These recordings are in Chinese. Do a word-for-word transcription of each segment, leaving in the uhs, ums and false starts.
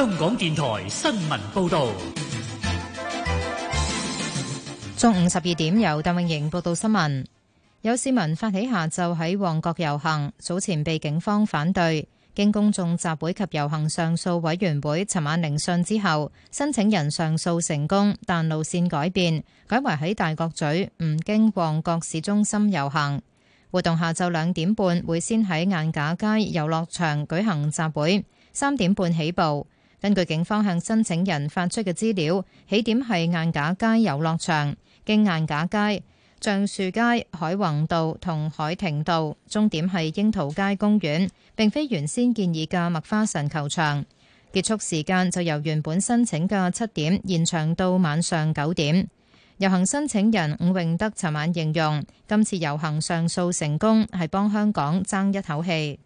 香港電台新聞報道。 中午十二點，由鄧永瑩報道新聞。有市民發起下晝喺旺角遊行，早前被警方反對。經公眾集會及遊行上訴委員會尋晚聆訊之後，申請人上訴成功，但路線改變，改為喺大角咀唔經旺角市中心遊行。活動下晝兩點半會先喺晏架街遊樂場舉行集會，三點半起步。根據警方向申請人發出嘅資料，起點係晏架街遊樂場，經晏架街、橡樹街、海泓道同海庭道，終點係櫻桃街公園，並非原先建議嘅麥花臣球場。結束時間就由原本申請嘅七點延長到晚上九點。遊行申請人伍永德尋晚形容，今次遊行上訴成功係幫香港爭一口氣。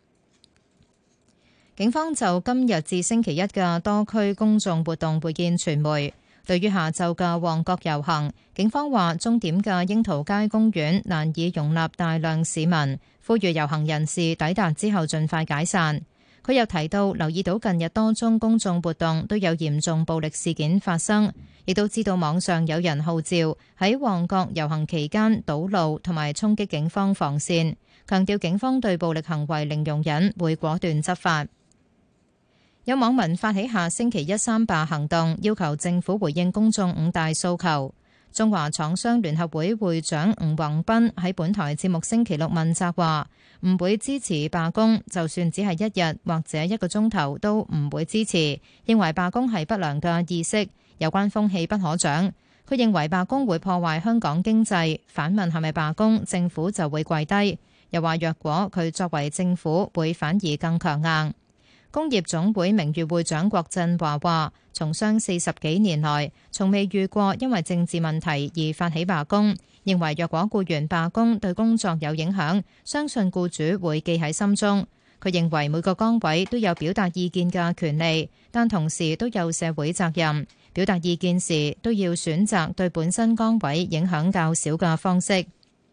警方就今日至星期一嘅多區公眾活動會見傳媒。對於下晝嘅旺角遊行，警方話終點嘅櫻桃街公園難以容納大量市民，呼籲遊行人士抵達之後盡快解散。佢又提到留意到近日多宗公眾活動都有嚴重暴力事件發生，亦都知道網上有人號召喺旺角遊行期間堵路同埋衝擊警方防線，強調警方對暴力行為零容忍，會果斷執法。有網民發起下星期一三罷行動，要求政府回應公眾五大訴求。中華廠商聯合會會長吳宏斌喺本台節目星期六問責話，唔會支持罷工，就算只係一日或者一個鐘頭都唔會支持，認為罷工係不良嘅意識，有關風氣不可長。佢認為罷工會破壞香港經濟，反問係咪罷工，政府就會跪低。又話若果佢作為政府，會反而更強硬。工業總會名譽會長郭振華話，從商四十幾年來，從未遇過因為政治問題而發起罷工。認為若果僱員罷工對工作有影響，相信僱主會記喺心中。佢認為每個崗位都有表達意見嘅權利，但同時都有社會責任。表達意見時都要選擇對本身崗位影響較少嘅方式。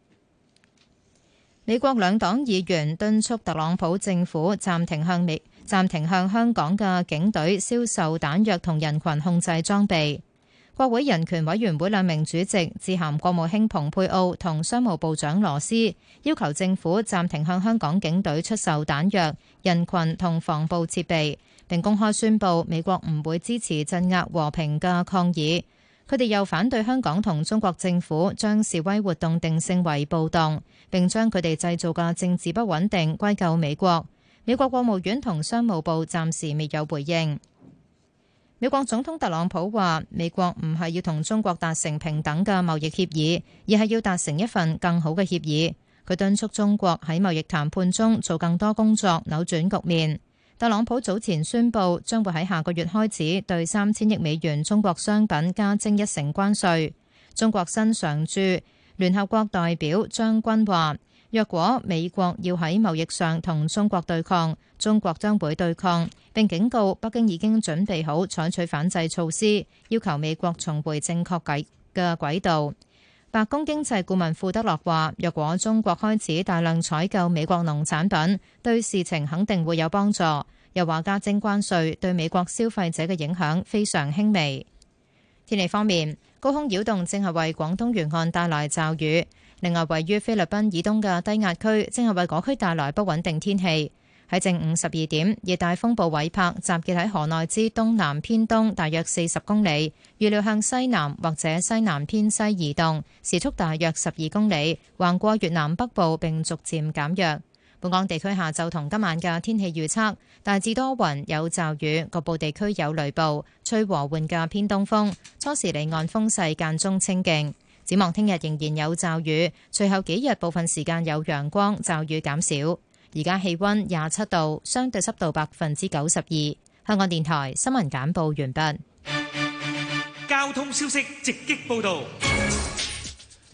美國兩黨議員敦促特朗普政府暫停向美暫停向香港嘅警隊銷售彈藥同人群控制裝備。國會人權委員會兩名主席致函國務卿蓬佩奧同商務部長羅斯，要求政府暫停向香港警隊出售彈藥、人群同防暴設備，並公開宣布美國唔會支持鎮壓和平嘅抗議。佢哋又反對香港同中國政府將示威活動定性為暴動，並將佢哋製造嘅政治不穩定歸咎美國。美國國務院同商務部暫時未有回應。美國總統特朗普話，美國唔係要同中國達成平等嘅貿易協議，而係要達成一份更好嘅協議。佢敦促中國喺貿易談判中做更多工作，扭轉局面。特朗普早前宣布，將會喺下個月開始對三千億美元中國商品加徵一成關稅。中國新常駐聯合國代表張軍話，若果美國要喺貿易上同中國對抗，中國將會對抗，並警告北京已經準備好採取反制措施，要求美國重回正確軌嘅軌道。白宮經濟顧問庫德洛話，若果中國開始大量採購美國農產品，對事情肯定會有幫助。又話加徵關稅對美國消費者嘅影響非常輕微。天氣方面，高空擾動正係為廣東沿岸帶來驟雨。另外，位於菲律賓以東嘅低壓區正係為嗰區帶來不穩定天氣。喺正午十二點，熱帶風暴韋柏集結喺河內之東南偏東大約四十公里，預料向西南或者西南偏西移動，時速大約十二公里，橫過越南北部並逐漸減弱。本港地區下晝同今晚嘅天氣預測，大致多雲有驟雨，局部地區有雷暴，吹和緩嘅偏東風，初時離岸風勢間中清勁。展望聽日仍然有驟雨，隨後幾日部分時間有陽光，驟雨減少。而家氣溫廿七度，相對濕度百分之九十二。香港電台新聞簡報完畢。 交通消息直擊報道。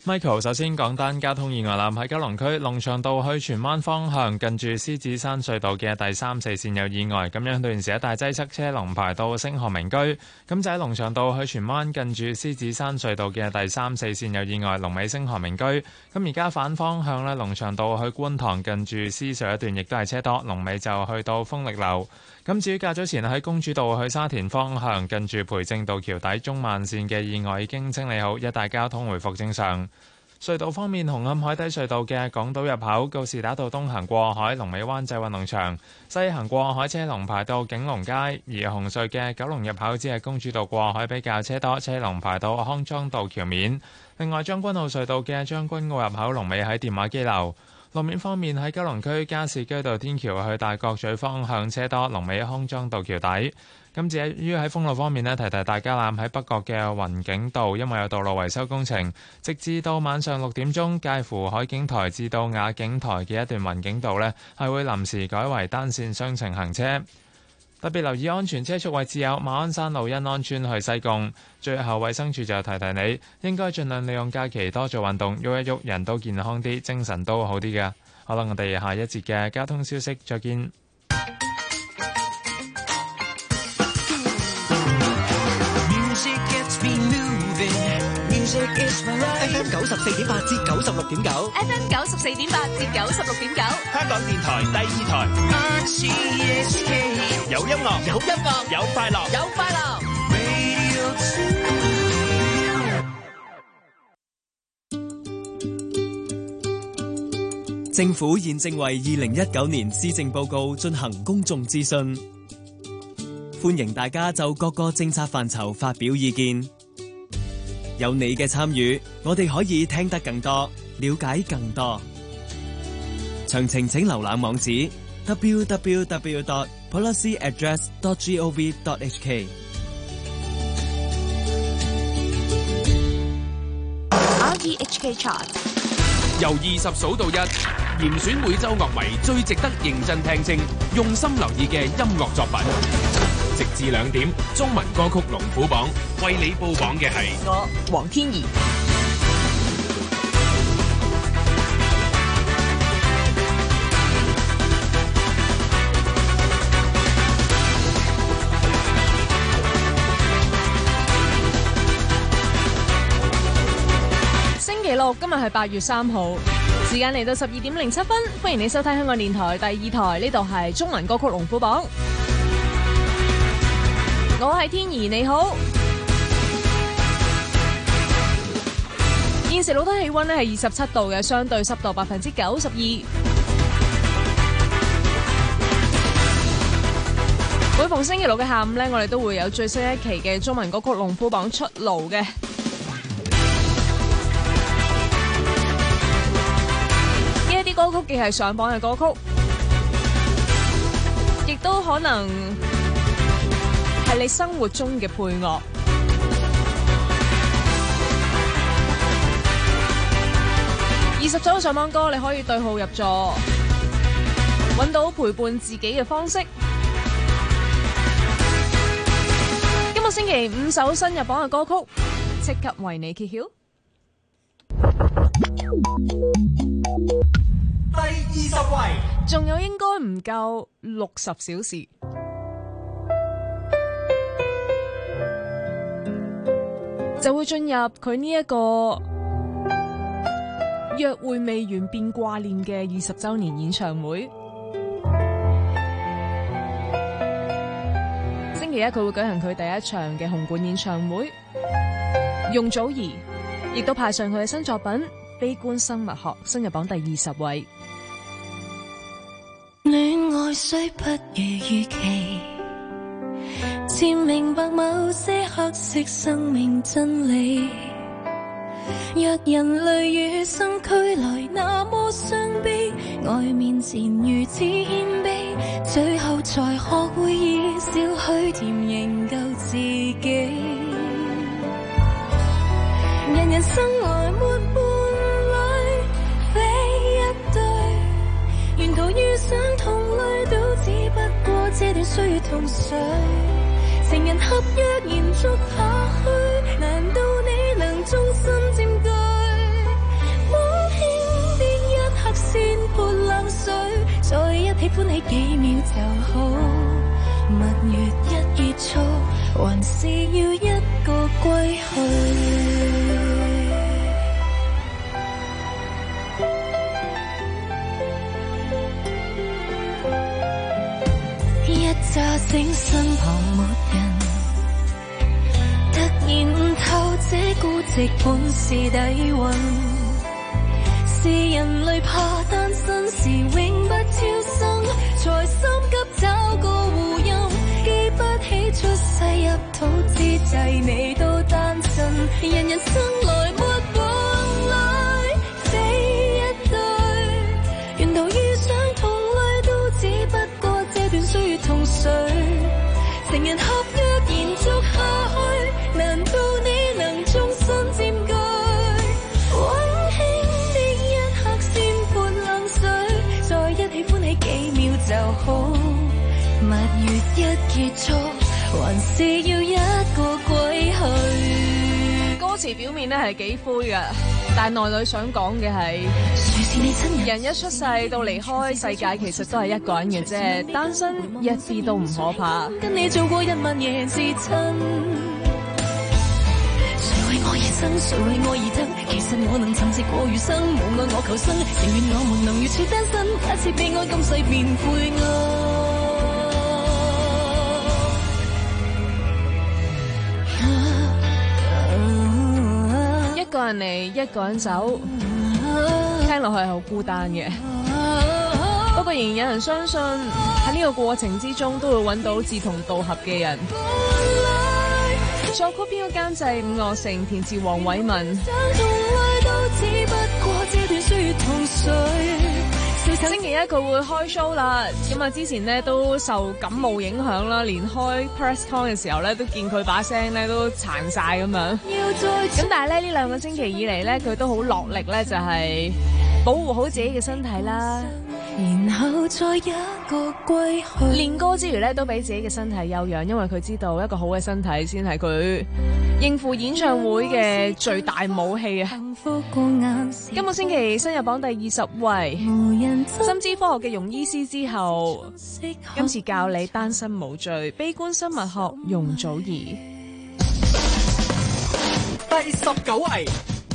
Michael 首先講單交通意外啦，喺九龍區龍翔道去荃灣方向，近住獅子山隧道嘅第三四線有意外，咁樣段時一大擠塞，車龍排到星河名居。咁就喺龍翔道去荃灣，近住獅子山隧道嘅第三四線有意外，龍尾星河名居。咁而家反方向呢，龍翔道去觀塘，近住獅隧一段亦都係車多，龍尾就去到豐力樓。咁至於較早前喺公主道去沙田方向，近住培正道橋底中慢線嘅意外已經清理好，一帶交通回復正常。隧道方面，紅磡海底隧道嘅港島入口告士打道東行過海，龍尾灣仔運動場；西行過海車龍排到景隆街。而紅隧嘅九龍入口只係公主道過海比較車多，車龍排到康莊道橋面。另外，將軍澳隧道嘅將軍澳入口龍尾喺電話機樓。路面方面，喺九龍區加士居道天橋去大角咀方向車多，龍尾康莊道橋底。咁至於喺封路方面呢，提提大家啦，喺北角嘅雲景道，因為有道路維修工程，直至到晚上六點鐘，介乎海景台至到雅景台嘅一段雲景道呢，係會臨時改為單線雙程行車。特別留意安全車速位置有馬鞍山路欣安村去西貢。最後衛生署就提提你，應該盡量利用假期多做運動，喐一喐，人都健康啲，精神都好啲嘅。好啦，我哋下一節嘅交通消息再見。 F M 九十四點八至九十六點九 ，F M 九十四點八至九十六點九， 香港電台第二台。R T H K 有音樂，有音樂，有快樂，有快樂。政府現正為二零一九年施政報告進行公眾諮詢，歡迎大家就各個政策範疇發表意見。有你嘅參與，我哋可以聽得更多，了解更多。詳情請瀏覽網址 double-u double-u double-u dot policy address dot gov dot h k。 R T H K Chart 由二十數到一，嚴選每周樂迷最值得認真聽清、用心留意嘅音樂作品。直至兩點，中文歌曲龍虎榜為你報榜嘅係我黃天怡。星期六，今日係八月三號，時間嚟到十二點零七分，歡迎你收聽香港電台第二台，呢度係中文歌曲龍虎榜。我係天怡，你好。現時錄得氣溫咧係二十七度嘅，相對濕度百分之九十二。每逢星期六嘅下午咧，我哋都會有最新一期嘅中文歌曲龍虎榜出爐嘅。呢一啲歌曲既係上榜嘅歌曲，亦都可能係你生活中嘅配樂。二十首上榜歌，你可以對號入座，揾到陪伴自己嘅方式。今個星期五首新入榜嘅歌曲，即刻為你揭曉。 第二十位， 仲有應該唔夠六十小時。就會進入佢呢一個約會未完便掛念嘅二十週年演唱會。星期一佢會舉行佢第一場嘅紅館演唱會，容祖兒亦都派上佢嘅新作品《悲觀生物學》，新入榜第二十位。 戀愛雖不如預期，漸明白某些黑色生命真理。若人類與生俱來那麼傷悲，愛面前如此謙卑，最後才學會以少許甜營救自己。人人生來沒伴侶，非一對，沿途遇上同類都只不過這段歲月同誰。情人合約延續下去，難道你能終身佔據？ 歡喜幾秒就好。蜜月一結束，還是要一個歸去。一乍醒身旁沒人，突然悟透這孤寂本是底蘊。是人類怕單身時永不超生，才心急找個護蔭。記不起出世入土之際你都單身，人人生來沒往來非一對，沿途遇上同類都只不過這段歲月同誰，情人合約延續下去，難道你能終身佔據？幾秒就好，蜜月一結束，還是要一個歸去。 歌詞表面咧係幾灰㗎，但內裏想講嘅係，人一出世到離開世界，其實都係一個人嘅啫，單身一啲都唔可怕。 跟你做過一萬夜至親。我夜生，誰為我而等？其實我能沉寂過餘生，無愛我求生，情願我們能如此單身，假設被愛今世便悔愛。一個人嚟，一個人走，聽落去係好孤單嘅。不過仍然有人相信喺呢個過程之中都會揾到志同道合嘅人。作曲編曲監製伍樂城，填詞黃偉文。星期一佢會開 show 啦，咁啊之前咧都受感冒影響啦，連開 press con 嘅時候咧都見佢把聲咧都殘晒咁樣。咁但係咧呢兩個星期以嚟咧，佢都好落力咧，就係保護好自己嘅身體啦。 然後再一個歸去， 練歌之餘咧都俾自己嘅身體休養，因為佢知道一個好嘅身體先係佢應付演唱會嘅最大武器啊！今個星期新入榜第二十位，深知科學嘅容醫師之後，今次教你單身無罪，悲觀生物學容祖兒。 第十九位。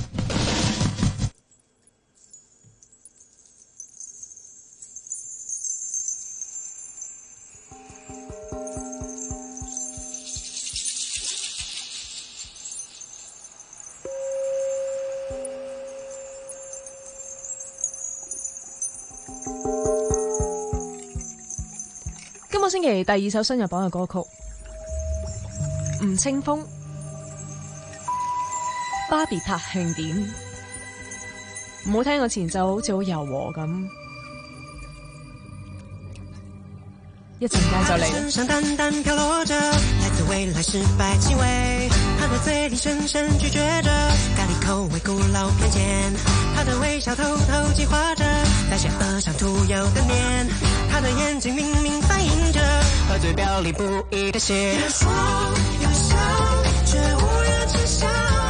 今個星期第二首新入榜嘅歌曲，吳青峰《巴別塔慶典》。唔好聽個前奏，好似好柔和咁。一陣間就嚟。 身上淡淡飄落着來自未來失敗氣味，他的嘴裡深深咀嚼着咖喱口味古老偏見，他的微笑偷偷計劃着在邪惡上塗油的臉，他的眼睛明明反映着和嘴表裡不一的血。有說有笑，卻無人知曉。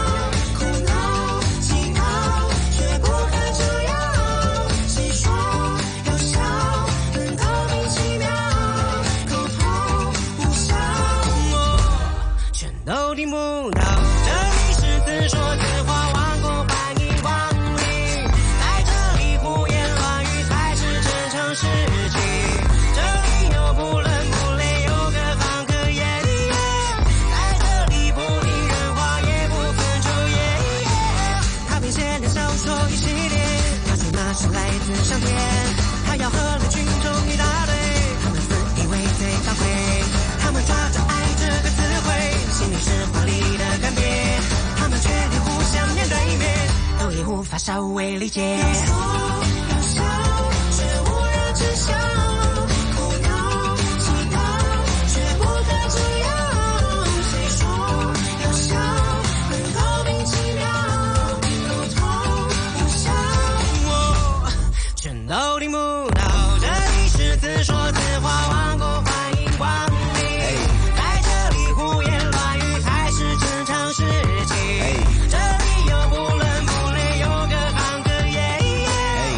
都聽不到，這裡是自說自話，萬國歡迎光臨，在這裡胡言亂語才是真誠事情，這裡有不倫不類，有各行各業，在這裡不聽人話，也不分晝夜，他編寫的小說一系列，他說那是來自上天，他要和人群眾一大堆，他們自以為最高貴，他們抓着愛這個詞彙，心裡是華麗的干癟，他們決定互相面對面，都已無法稍微理解。有說有笑，卻無人知曉，哭鬧祈禱，卻不可這樣。誰說有笑能高明奇妙，溝通無效，我全都聽不到。這裡是自說自話，萬國歡迎光臨，在這裡胡言亂語才是正常事情，這裡有不倫不類，有各行各業，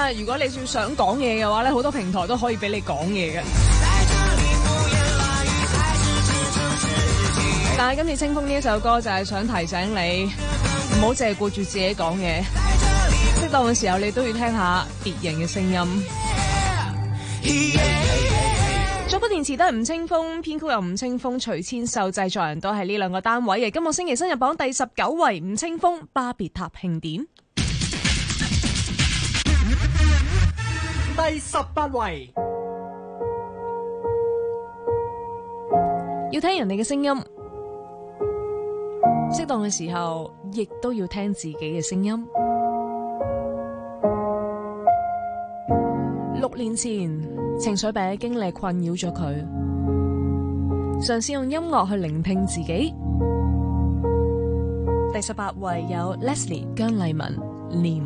啦，如果你要想講嘢嘅話咧，好多平台都可以俾你講嘢嘅。但係今次清風呢一首歌就係想提醒你，唔好淨係顧住自己講嘢，適當嘅時候你都要聽下別人嘅聲音。作曲填詞都係吳青峰，編曲由吳青峰、徐千秀，製作人都係呢兩個單位嘅。今個星期新日榜第十九位，吳青峰《巴別塔慶典》。 第十八位， 要聽人哋嘅聲音，適當嘅時候亦都要聽自己嘅聲音。六年前，情緒病嘅經歷困擾咗佢，嘗試用音樂去聆聽自己。第十八位有 Leslie 姜麗文念。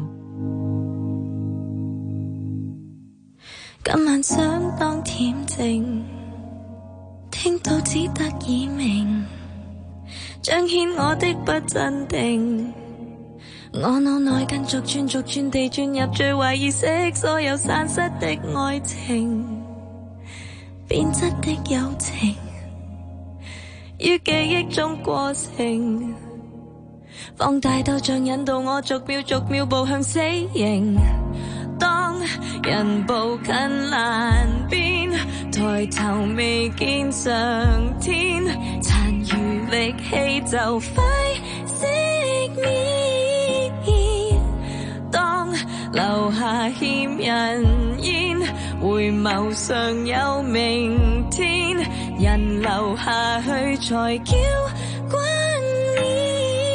今晚想當恬靜，聽到只得耳鳴，彰顯我的不鎮定。我腦內跟逐轉逐轉地轉入最壞意識，所有散失的愛情，變質的友情，於記憶中過程，放大到像引導我逐秒逐秒步向死刑。當人步近欄邊，抬頭未見上天，殘餘力氣就快熄滅。當留下欠人煙，回眸尚有明天，人留下去才叫冠冕。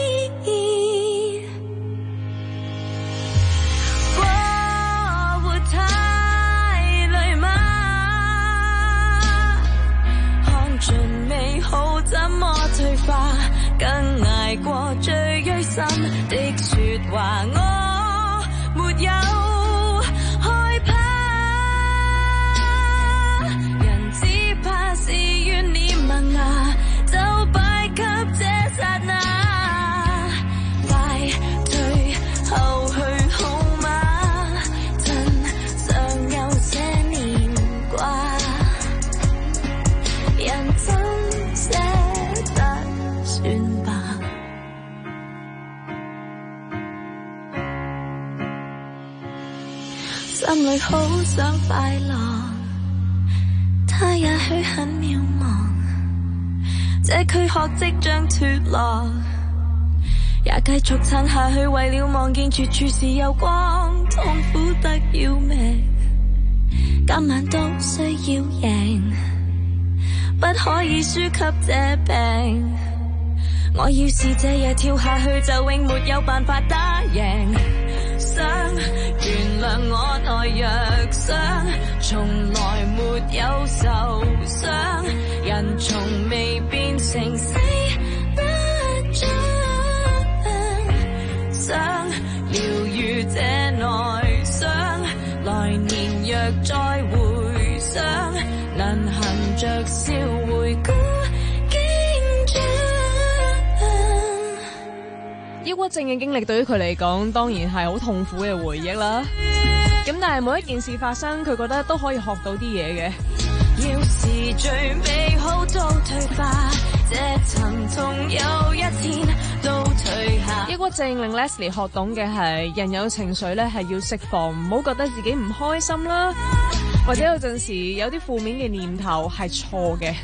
好怎麼退化，更捱過最錐心的説話，我沒有害怕，人只怕是怨念萌芽，就敗給這剎那，快退後去好嗎？真尚有些念掛，人真捨得算吧。心裏好想快樂，他也許很渺茫，這軀殼即將脫落，也繼續撐下去，為了望見絕處是有光，痛苦得要命，今晚都需要贏，不可以輸給這病。我要是這夜跳下去，就永沒有辦法打贏。想原諒我內弱傷，從來沒有受傷，人從未變成死不盡。想療愈這內傷，來年若再回想，能含着笑回顧經章。抑鬱症嘅經歷對於佢嚟講當然係好痛苦嘅回憶啦，咁但係每一件事發生，佢覺得都可以學到啲嘢嘅。要是最美好都退化，這沉重有一天都退下。抑鬱症令 Leslie 學懂嘅係，人有情緒咧係要釋放，唔好覺得自己唔開心啦，或者有陣時有啲負面嘅念頭係錯嘅。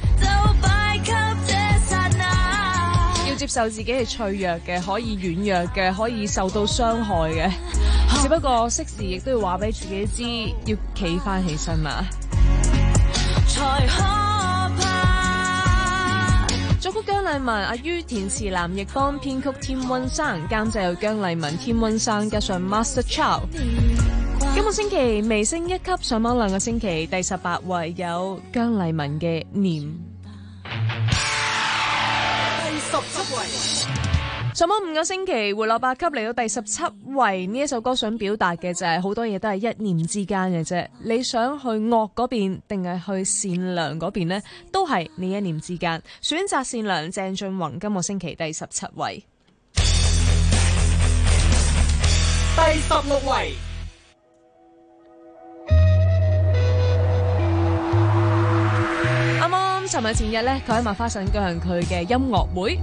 要接受自己係脆弱嘅，可以軟弱嘅，可以受到傷害嘅，只不過適時亦都要話俾自己知，要企翻起身嘛。才可怕。作曲姜麗文、阿於，填詞藍奕邦，編曲添溫生，監製有姜麗文、添溫生，加上 Master Chow。今個星期微升一級，上榜兩個星期，第十八位有姜麗文嘅《念》。 十七位， 上榜五個星期，回落八級嚟到第十七位。呢一首歌想表達嘅就係好多嘢都係一念之間嘅啫。你想去惡嗰邊定係去善良嗰邊呢？都係你一念之間。選擇善良，鄭俊弘今個星期第十七位。 第十六位， 尋日前日咧，佢喺麥花臣舉行佢嘅音樂會。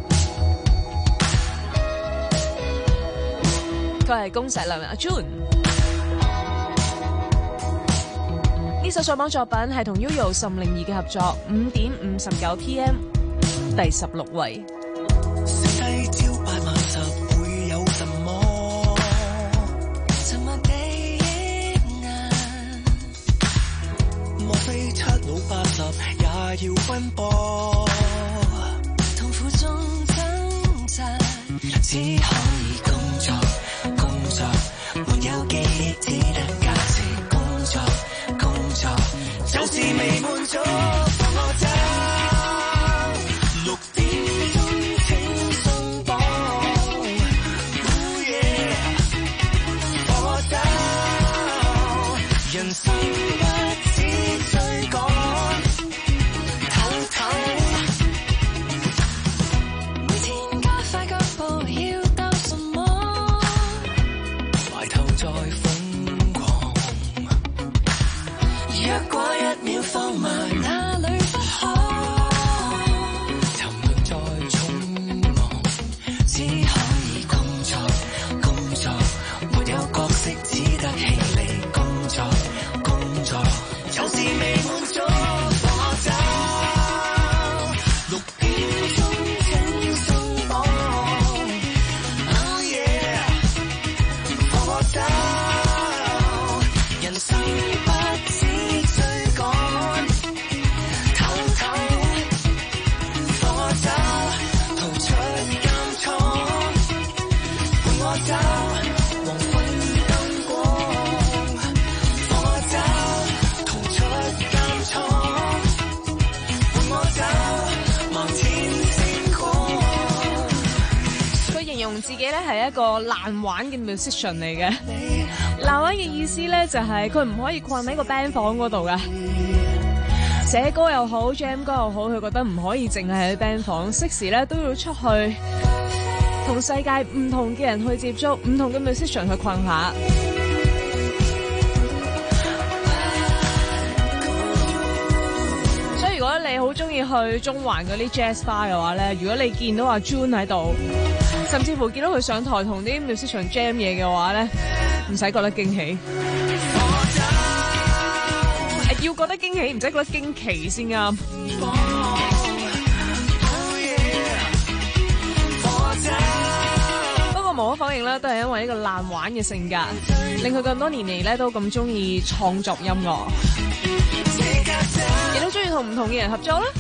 佢係恭碩良阿 June。呢首上榜作品係同 Yoyo 岑寧兒嘅合作，五點五十九 P M， 第十六位。 寫低朝八晚十會有什麼？沉默地憶眼，莫非七老八十也要奔波？痛苦中掙扎，只可以工作，工作，沒有記憶，只得價值工作。就是未滿足，放我走。六點鐘請鬆綁，放我走。人生不止追趕，唞唞。每天加快腳步，要到什麼？懷頭再瘋狂。若果一秒放慢，哪裏不可？沉淪在匆忙，只可以工作，工作，沒有角色，只得氣力工作，工作，就是未滿足，放我走。六點鐘請鬆綁 ，Oh yeah， 放我走。人生不止追趕，唞唞，放我走，逃出監倉，陪我走，黃昏燈光，放我走，逃出監倉，陪我走，望天星光。 佢形容自己咧係一個難玩嘅 musician 嚟嘅。難玩嘅意思咧就係佢唔可以困喺個 band 房嗰度噶，寫歌又好 jam 歌又好，佢覺得唔可以淨係喺 band 房，適時咧都要出去同世界唔同嘅人去接觸，唔同嘅 musician 去困下。所以如果你好中意去中環嗰啲 jazz bar 嘅話咧，如果你見到阿 June 喺度，甚至乎見到佢上台同啲 musician jam 嘢嘅話咧，唔使覺得驚喜，要覺得驚喜，唔使覺得驚奇先啱。不過無可否認咧，都係因為呢個爛玩嘅性格，令佢咁多年嚟咧都咁中意創作音樂，亦都中意同唔同嘅人合作啦。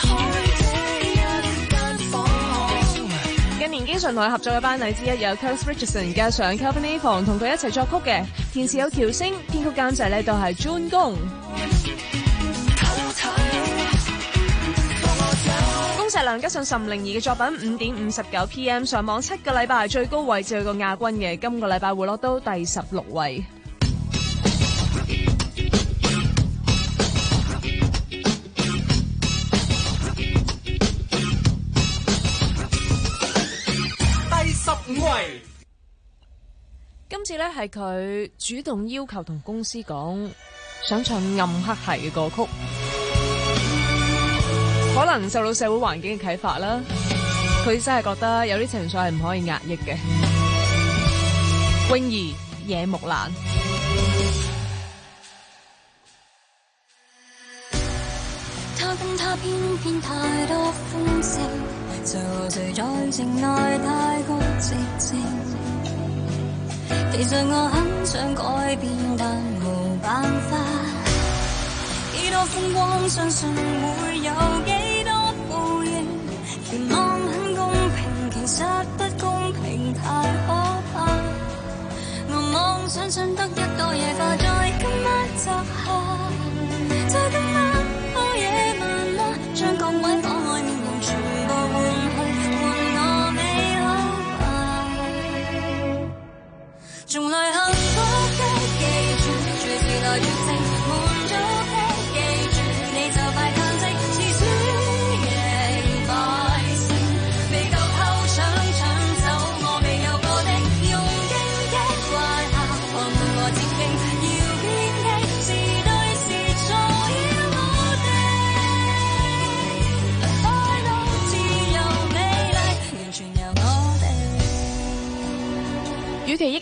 近年經常同佢合作嘅班底之一有 Carlos Richardson 加上 Calvin Avon 同佢一齊作曲嘅，填詞有喬星，編曲監製咧都係 June 公。恭碩良加上岑寧兒嘅作品五點五十九 P M 上網七個禮拜最高位置去個亞軍嘅，今個禮拜回落到第十六位。今次咧係佢主動要求同公司講想唱暗黑系嘅歌曲，可能受到社會環境嘅啟發啦，佢真係覺得有啲情緒係唔可以壓抑嘅。泳兒野木蘭。 他跟他偏偏太多歡笑，就誰在情內太過寂靜。其實我很想改變，但無辦法。幾多風光，相信會有幾多報應。期望很公平，其實不公平太可怕。我妄想想得一朵野花，在今晚摘下，在今晚荒野漫嗎？將各位可愛面容全部換去，換我美好吧。從來幸福的記住，隨時來絕情滿足的記住，你就快嘆息，是輸贏敗勝，未夠偷搶搶走我未有過的，用荊棘怪下狂亂和戰兢，要偏激是對是錯要我定。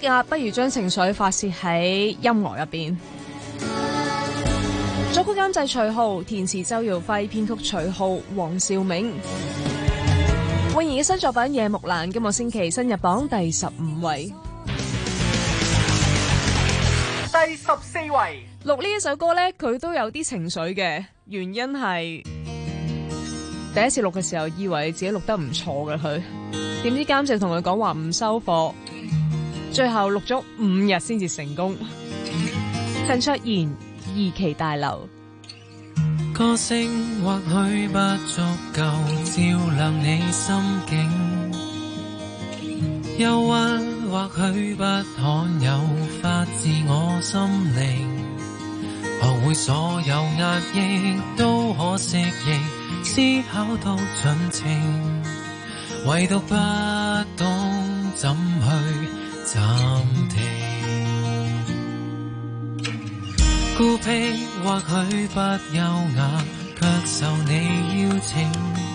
壓，不如將情緒發洩喺音樂入邊。作曲監製徐浩，填詞周耀輝，編曲徐浩、黃兆銘。泳兒嘅新作品《夜木蘭》今個星期新入榜第十五位。 第十四位。 錄呢一首歌呢，佢都有啲情緒嘅，原因係第一次錄嘅時候，以為自己錄得唔錯嘅佢，點知監製同佢講話唔收貨，最後錄咗五日先至成功。陳卓賢二期大樓。 歌聲或許不足夠照亮你心境，憂鬱或許不罕有發自我心靈，學會所有壓抑都可適應，思考到盡情，唯獨不懂怎去暫停。孤僻或許不優雅，卻受你邀請，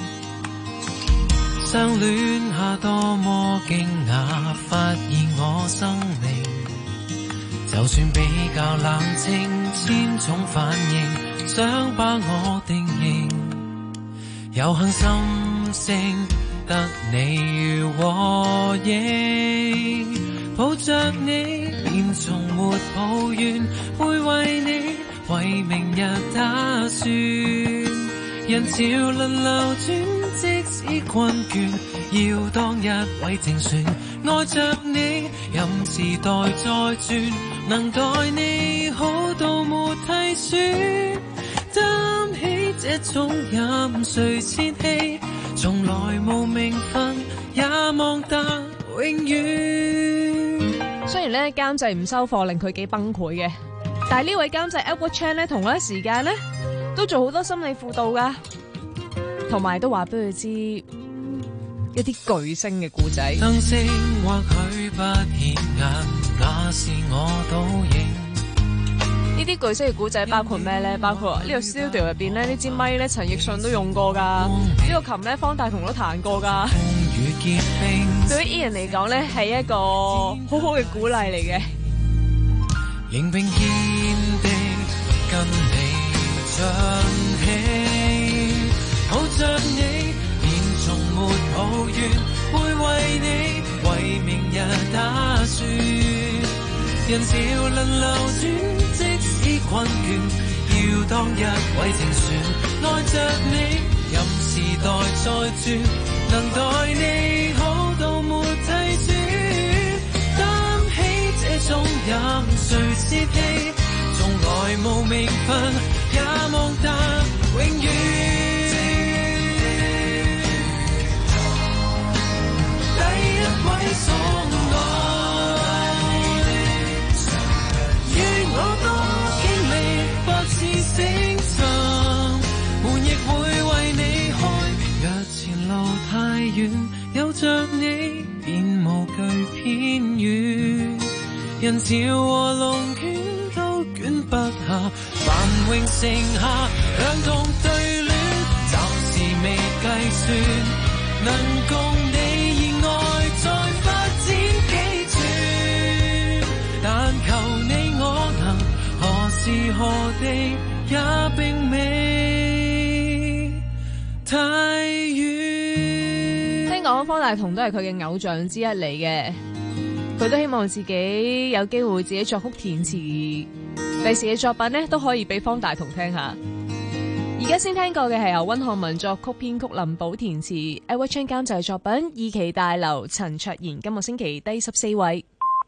相戀下多麼驚訝，發現我生命就算比較冷靜，千種反應想把我定型，有幸心聲得你如和應，抱着你便從沒抱怨，會為你為明日打算，人潮輪流轉，即使困倦要當一位正船，愛着你任時代再轉，能待你好到沒替選，擔起這種任誰千禧，從來無名分也望得永遠。 雖然咧監製唔收貨，令佢幾崩潰嘅，但係呢位監製 Edward Chan 咧，同一時間咧都做好多心理輔導噶，同埋都話俾佢知一啲巨星嘅故仔。 燈聲或許不顯眼，那是我倒影。 呢啲巨星嘅故仔包括咩咧？包括呢個 studio 入邊咧，呢支咪咧陳奕迅都用過噶，呢個琴咧方大同都彈過噶。對於 Ian 嚟講咧，係一個好好嘅鼓勵嚟嘅。 仍並堅定跟你進起，抱着你便從沒抱怨，會為你為明日打算，人潮輪流轉，即使困倦要當一位正船，愛着你任時代再轉，能待你好到沒替選，擔起這種任誰洩氣，從來無名分也望得永遠。第一位所愛，願我多經歷百次星辰，門亦會為你開。若前路太遠，有着你便無懼偏遠，人潮和龍捲都捲不下，繁榮盛下兩同對戀，暫時未計算，能共你熱愛再發展幾寸，但求你我能何時何地也並未太遠。 聽講方大同都係佢嘅偶像之一嚟嘅，佢都希望自己有機會自己作曲填詞，第時嘅作品呢都可以俾方大同聽下。而家先聽過嘅係由溫漢文作曲編曲林寶填詞 Edward Chan 監製作品《二期大樓》，陳卓賢今個星期第十四位。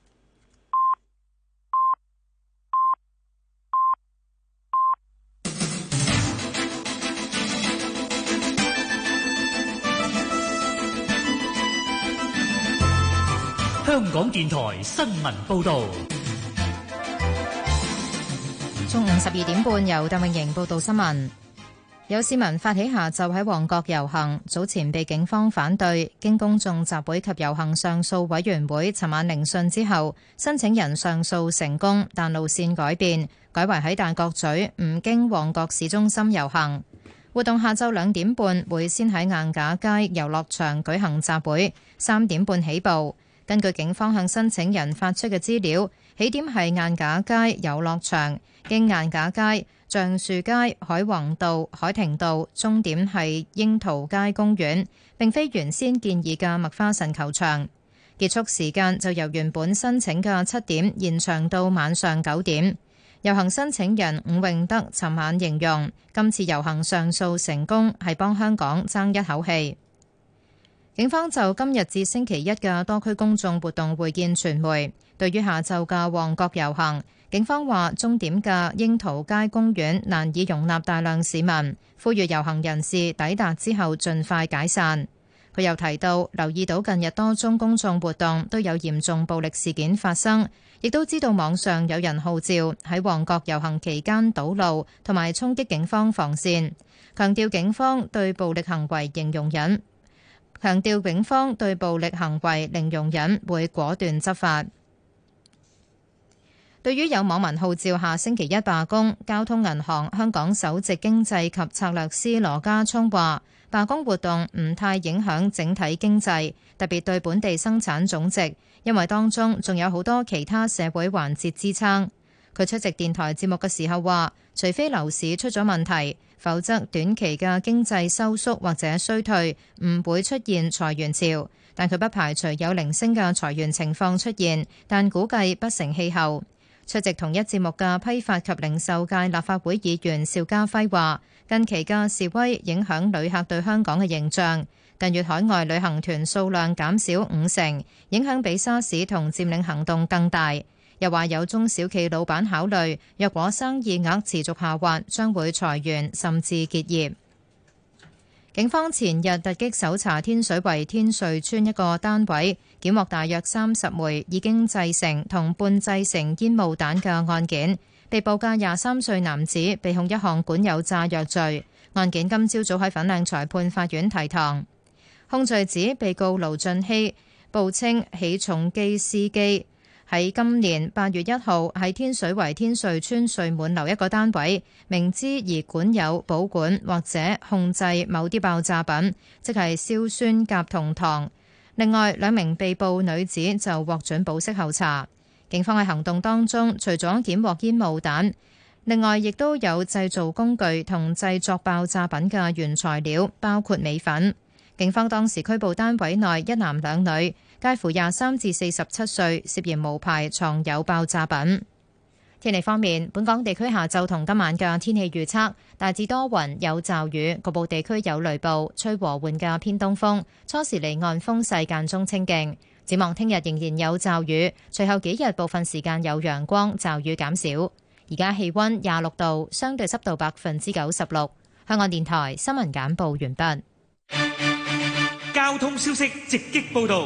香港電台新聞報道。 中午十二點半，由鄧永瑩報道新聞。有市民發起下晝喺旺角遊行，早前被警方反對，經公眾集會及遊行上訴委員會尋晚聆訊之後，申請人上訴成功，但路線改變，改為喺大角咀唔經旺角市中心遊行。活動下晝兩點半會先喺硬架街遊樂場舉行集會，三點半起步。 根據警方向申請人發出嘅資料，起點係晏架街遊樂場，經晏架街、橡樹街、海泓道、海庭道，終點係櫻桃街公園，並非原先建議嘅麥花臣球場。結束時間就由原本申請嘅七點延長到晚上九點。遊行申請人伍永德尋晚形容，今次遊行上訴成功係幫香港爭一口氣。警方就今日至星期一嘅多區公眾活動會見傳媒。對於下晝嘅旺角遊行，警方話終點嘅櫻桃街公園難以容納大量市民，呼籲遊行人士抵達之後盡快解散。佢又提到，留意到近日多宗公眾活動都有嚴重暴力事件發生，亦都知道網上有人號召喺旺角遊行期間堵路同埋衝擊警方防線，強調警方對暴力行為零容忍。強調警方對暴力行為零容忍，會果斷執法。對於有網民號召下星期一罷工，交通銀行香港首席經濟及策略師羅家聰話：罷工活動唔太影響整體經濟，特別對本地生產總值，因為當中仲有好多其他社會環節支撐。佢出席電台節目嘅時候話：除非樓市出咗問題，否則短期嘅經濟收縮或者衰退唔會出現裁員潮。但佢不排除有零星嘅裁員情況出現，但估計不成氣候。出席同一節目嘅批發及零售界立法會議員邵家輝話：近期嘅示威影響旅客對香港嘅形象，近月海外旅行團數量減少五成，影響比沙士同佔領行動更大。又話有中小企老闆考慮，若果生意額持續下滑，將會裁員甚至結業。警方前日突擊搜查天水圍天瑞邨一個單位，檢獲大約三十枚已經製成同半製成煙霧彈嘅案件。被捕嘅廿三歲男子被控一項管有炸藥罪。案件今朝早喺粉嶺裁判法院提堂。控罪指被告盧俊熙報稱起重機司機，喺今年八月一號喺天水圍天瑞邨瑞滿樓一個單位，明知而管有、保管或者控制某啲爆炸品，即係硝酸鉀同糖。另外兩名被捕女子就獲准保釋候查。警方喺行動當中，除咗檢獲煙霧彈，另外亦都有製造工具同製作爆炸品嘅原材料，包括米粉。警方當時拘捕單位內一男兩女，介乎廿三至四十七歲，涉嫌無牌藏有爆炸品。天氣方面，本港地區下晝同今晚嘅天氣預測大致多雲有驟雨，局部地區有雷暴，吹和緩嘅偏東風，初時離岸風勢間中清勁。展望聽日仍然有驟雨，隨後幾日部分時間有陽光，驟雨減少。而家氣溫廿六度，相對濕度百分之九十六。香港電台新聞簡報完畢。 交通消息直擊報道。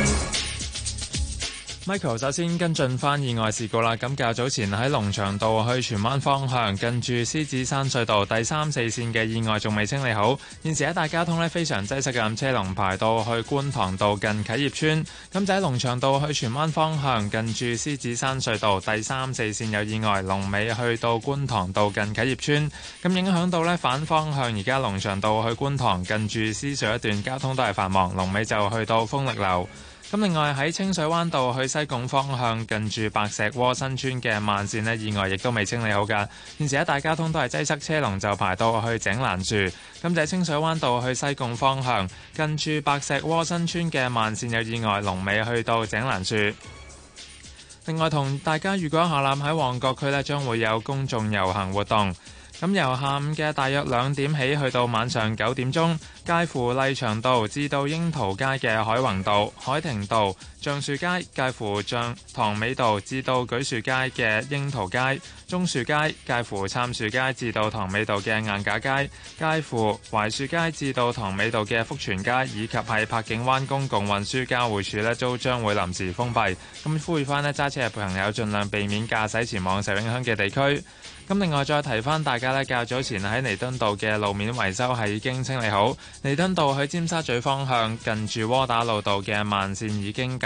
Michael 首先跟進翻意外事故啦。咁較早前喺龍翔道去荃灣方向，近住獅子山隧道第三四線嘅意外仲未清理好，現時一帶交通呢非常擠塞嘅，車龍排到去觀塘道近啟業邨。咁就喺龍翔道去荃灣方向，近住獅子山隧道第三四線有意外，龍尾去到觀塘道近啟業邨。咁影響到呢反方向，而家龍翔道去觀塘近住獅隧一段交通都係繁忙，龍尾就去到豐力樓。咁另外喺清水灣道去西貢方向，近住白石窩新村嘅慢線呢，意外亦都未清理好㗎。現時一帶交通都係擠塞，車龍就排到去井欄樹。咁就喺清水灣道去西貢方向，近住白石窩新村嘅慢線有意外，龍尾去到井欄樹。另外同大家預告一下啦，喺旺角區呢將會有公眾遊行活動。咁由下午嘅大約兩點起，去到晚上九點鐘，介乎麗翔道至到櫻桃街嘅海泓道、海庭道、橡樹街，介乎將塘尾道至到舉樹街嘅櫻桃街、棕樹街，介乎杉樹街至到塘尾道嘅硬架街，介乎槐樹街至到塘尾道嘅福全街，以及係柏景灣公共運輸交匯處呢，都將會臨時封閉。咁呼籲翻呢揸車嘅朋友盡量避免駕駛前往受影響嘅地區。咁另外再提翻大家呢，較早前喺彌敦道嘅路面維修係已經清理好，彌敦道去尖沙咀方向近住窩打老道嘅慢線已經解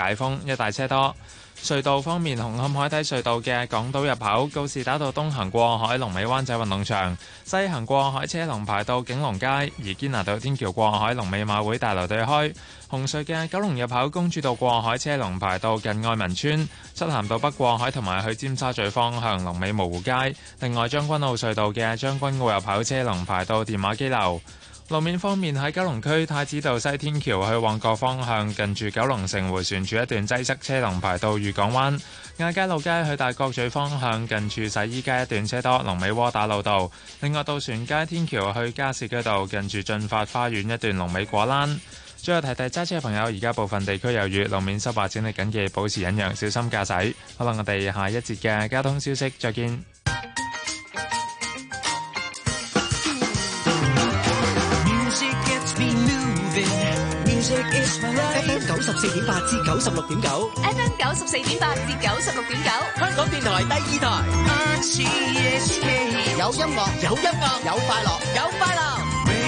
解封，一帶車多。隧道方面，紅磡海底隧道嘅港島入口告士打道東行過海龍尾灣仔運動場，西行過海車龍排到景隆街，而堅拿道天橋過海龍尾馬會大樓對開。紅隧嘅九龍入口公主道過海車龍排到近愛民村，漆咸道北過海同埋去尖沙咀方向龍尾蕪湖街。另外將軍澳隧道嘅將軍澳入口車龍排到電話機樓。路面方面，喺九龍區太子道西天橋去旺角方向，近住九龍城迴旋處一段擠塞，車龍排到裕港灣。亞皆老街去大角咀方向，近住洗衣街一段車多，龍尾窩打老道。另外，渡船街天橋去加士居道，近住進發花園一段龍尾果欄。最後提提揸車嘅朋友，而家部分地區有雨，路面濕滑，請你緊記保持忍讓，小心駕駛。好啦，我哋下一節嘅交通消息再見。 F M 九十四點八至九十六點九 ，F M 九十四點八至九十六點九， 香港電台第二台。有音樂，有音樂，有快樂，有快樂。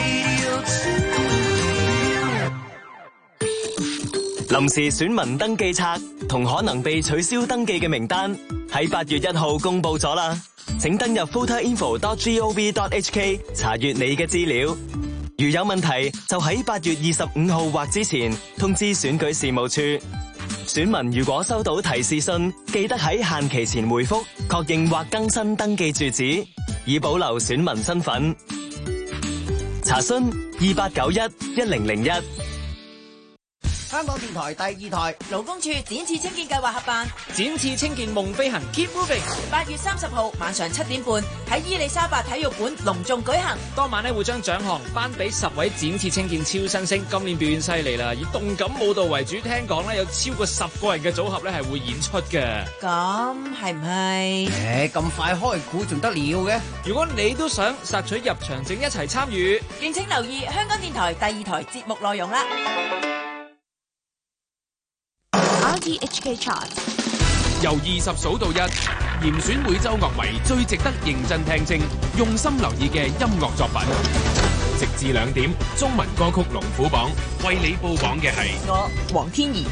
臨時選民登記冊同可能被取消登記嘅名單喺八月一號公佈咗啦，請登入 voterinfo dot gov dot hk 查閱你嘅資料。如有問題，就喺八月二十五號或之前通知選舉事務處。選民如果收到提示信，記得喺限期前回覆，確認或更新登記住址，以保留選民身份。查詢二八九一一零零一。 香港電台第二台勞工處展翅青見計劃合辦展翅青見夢飛行 Keep Moving， 八月三十號晚上七點半喺伊利沙伯體育館隆重舉行。 當晚咧會將獎項頒俾十位展翅青見超新星，今年表現犀利啦，以動感舞蹈為主，聽講咧有超過十個人嘅組合咧係會演出嘅。 咁係唔係？ 誒，咁快開估仲得了嘅？如果你都想索取入場證一齊參與， 敬請留意香港電台第二台節目內容啦。R T H K Chart 由二十數到一，嚴選每周樂迷最值得認真聽清、用心留意嘅音樂作品。直至兩點，中文歌曲龍虎榜為你報榜嘅係我黃天怡。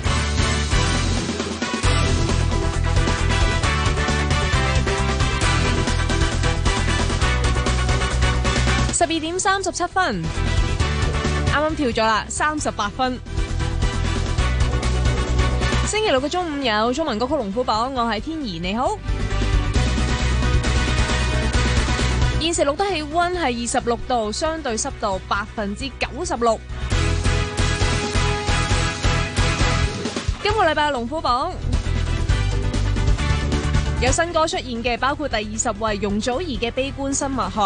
十二點三十七分，啱啱跳咗啦，三十八分。星期六嘅中午有中文歌曲龍虎榜，我係天怡，你好。現時錄得氣溫係二十六度，相對濕度百分之九十六。今個禮拜龍虎榜有新歌出現嘅，包括第二十位容祖兒嘅《悲觀生物學》。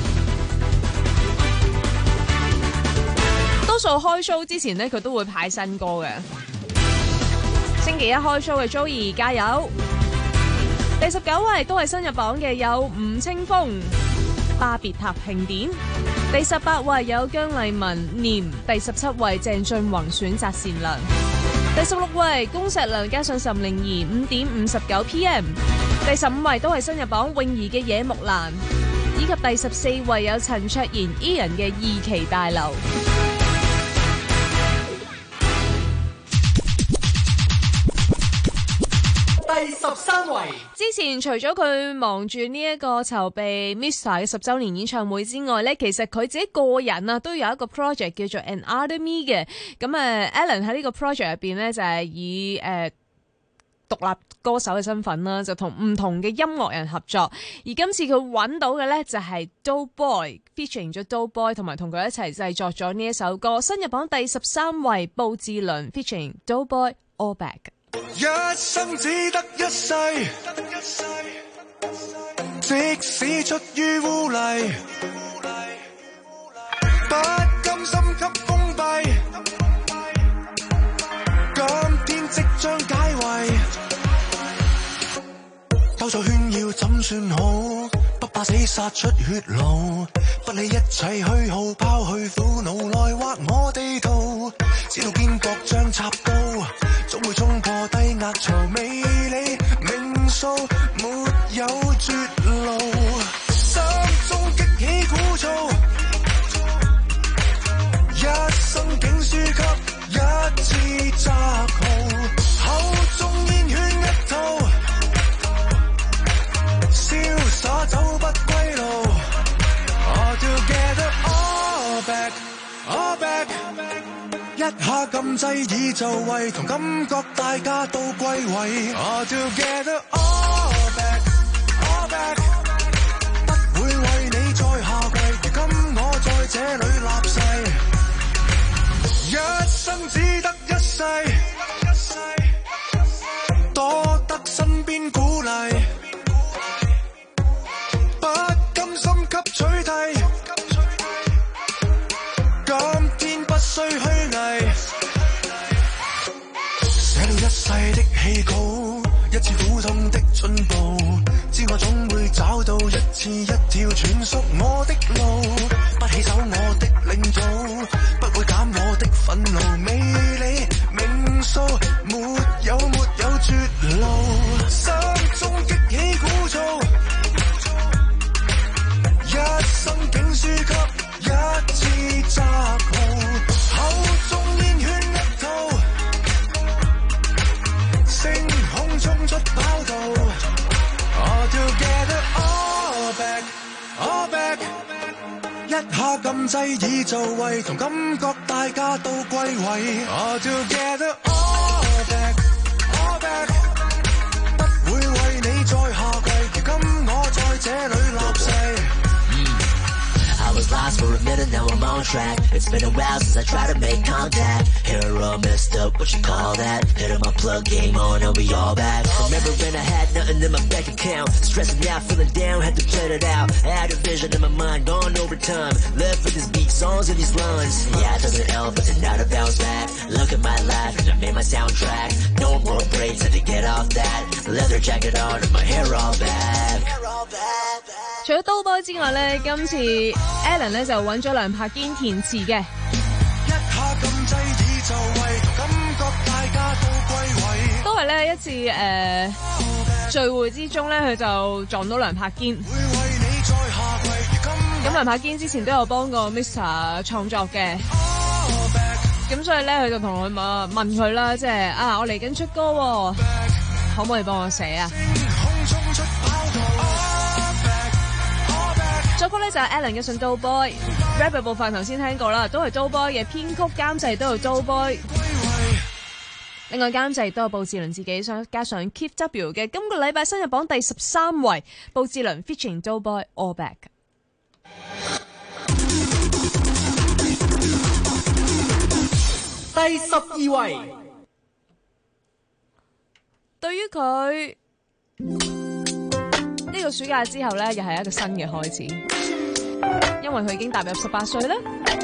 多數開 show 之前呢，佢都會派新歌嘅。星期一開 show 嘅 Joey 加油！第十九位都係新入榜嘅有吳青峰《巴別塔慶典》，第十八位有姜麗文念，第十七位鄭俊弘選擇善良，第十六位恭碩良加上岑寧兒五點五十九 P M， 第十五位都係新入榜泳兒嘅野木蘭，以及第十四位有陳卓賢 Ian 嘅二期大樓。 第十三位， 之前除咗佢忙住呢一個籌備 Mr. 嘅十周年演唱會之外呢，其實佢自己個人啊都有一個 project 叫做 Another Me 嘅。咁啊 Alan 喺呢個 project 入邊呢，就係以誒獨立歌手嘅身份啦，就同唔同嘅音樂人合作。而今次佢揾到嘅呢，就係 Doughboy featuring 咗 Doughboy， 同埋同佢一齊製作咗呢一首歌，新入榜第十三位，布志倫 featuring Doughboy All Back。 一生只得一世，即使出於污泥，不甘心給封閉，今天即將解圍，兜咗圈要怎算好？不怕死殺出血路，不理一切虛耗，拋去苦惱來畫我地圖，知道肩膊將插刀，總會衝破低壓槽，未理命數，沒有絕路，心中激起枯燥，一生竟輸給一次雜號，後下撳掣已就位，同感覺大家都歸位。All together, all back, all back， 不會為你再下跪，如今我在這裏立誓，一生只得一世，多得身邊鼓勵，不甘心給取替。最虛偽，寫了一世的戲稿，一次苦痛的進步，知我總會找到一次一條全屬我的路，不起走我的領土，不會減我的憤怒，美麗命數沒有沒有絕路，心中激起鼓噪，一生竟輸給一次責號。口中煙圈一套，星空衝出跑道。All together, all back, all back， 一下撳掣已就位，同感覺大家都歸位。All together, all back, all back， 不會為你再下跪，如今我在這裏立誓。 I was lost for a minute, now I'm on track. It's been a while since I tried to make contact. Hair all messed up, what you call that? Hit on my plug, game on, I'll be all back. Remember when I had nothing in my bank account, stressing out, feeling down, had to plan it out. I had a vision in my mind, gone over time. Left with these beat songs and these lines. Yeah, I took an L, but tonight I bounce back. Look at my life, and I made my soundtrack. No more breaks, had to get off that. Leather jacket on, and my hair all back. 除咗刀波之外咧，今次 Alan 咧就揾咗梁柏堅填詞嘅。都係咧一次誒、呃、聚會之中咧，佢就撞到梁柏堅。咁梁柏堅之前都有幫過 Mister 創作嘅，咁所以咧佢就同佢問問佢啦，即係啊，我嚟緊出歌喎，可唔可以幫我寫啊？作曲咧就係 Alan 嘅信 Do Boy，rap 嘅部分頭先聽過啦，都係 Do Boy 嘅編曲監製都係 Do Boy， 另外監製都係布志綸自己，加上 Keith W 嘅。今個禮拜新日榜第十三位，布志綸 featuring Do Boy All Back。 第十二位， 對於佢呢個暑假之後咧，又係一個新嘅開始，因為佢已經踏入十八歲啦，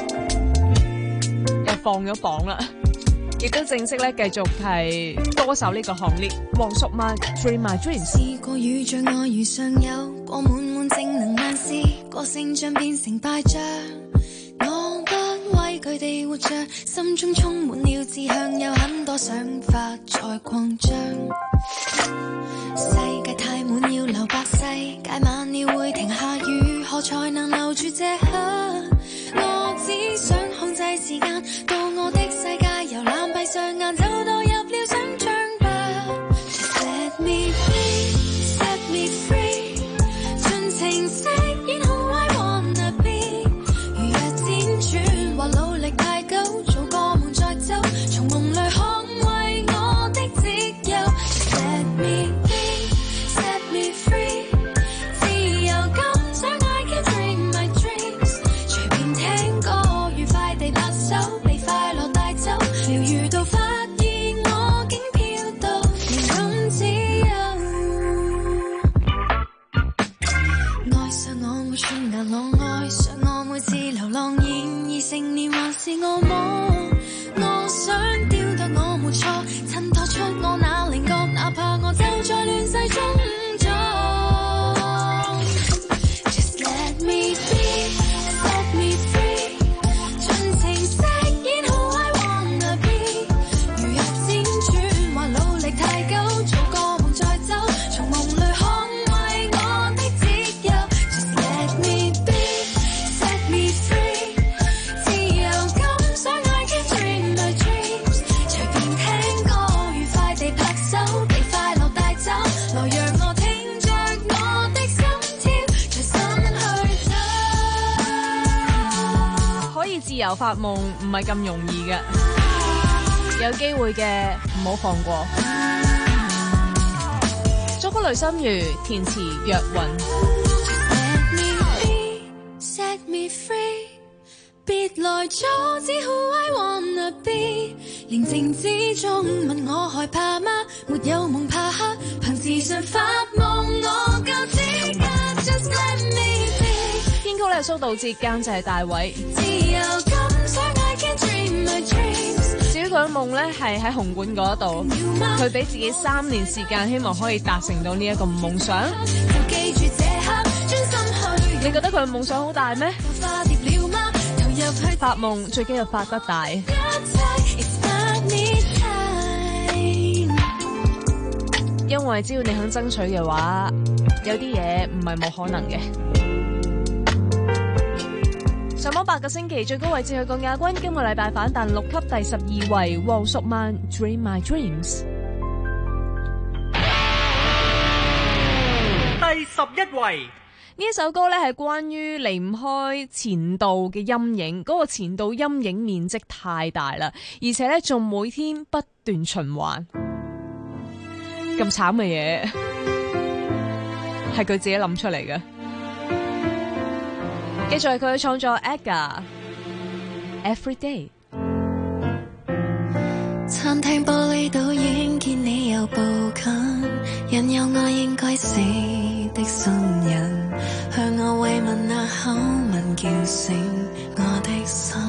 又放咗榜啦，亦都正式咧繼續係歌手呢個行列。黃淑蔓 Dream My Dream， 試過與障礙如上有，過滿滿正能量試過勝仗變成敗仗，我不畏懼地活着，心中充滿了志向，有很多想法在擴張。世界太滿要留白，世界慢了會停下，如何才能留住這刻？我只想控制時間，到我的世界由藍閉上眼就墮入了想象吧。Just let me be, set me free， 盡情飾演好 I wanna be， 如若輾轉或努力太久，做個夢再走，從夢裏捍衛我的自由。Just let me be，set me free， 自由感想 I can dream my dreams， 隨便聽歌愉快地拍手，被快樂帶走，療癒到發現我竟飄到連咁自由。愛上我每寸顏浪，愛上我每次流浪，然而成年還是我夢，我想丟掉我沒錯，襯托出我那稜角，哪怕我就在亂世中撞。Just let me be, set me free， 盡情飾演好 I wanna be， 如若輾轉或努力太久，做個夢再走，從夢裏捍衛我的自由。Just let me be, set me free， 自由感想 I can dream my dreams， 隨便聽歌愉快地拍手，被快樂帶走，來讓我聽着我的心跳，隨心去走。 可以自由發夢唔係咁容易嘅， 有機會嘅唔好放過。作曲雷心如，填詞若雲。 Set me free， 別來阻止 Who I wanna be。寧靜之中問我害怕嗎？沒有夢怕黑，憑自信發夢我夠資格。Just let me be。 編曲咧蘇道哲，監製大偉。 自由咁想 I can dream my dreams。 至於佢嘅夢咧係喺紅館嗰度，佢俾自己三年時間，希望可以達成到呢一個夢想。 記住這刻專心去。 你覺得佢嘅夢想好大咩？發夢最緊要發得大。因為只要你肯爭取嘅話，有啲嘢唔係冇可能嘅。上榜八個星期最高位置去過亞軍，今個禮拜反彈六級第十二位，黃淑蔓 Dream My Dreams。 第十一位。 呢一首歌咧係關於離唔開前度嘅陰影，嗰個前度陰影面積太大啦，而且咧仲每天不斷循環，咁慘嘅嘢係佢自己諗出嚟嘅。繼續係佢嘅創作 Edgar Everyday。 餐廳玻璃倒影見你又步近，引誘我應該死的信任，向我慰問那口吻叫醒我的心。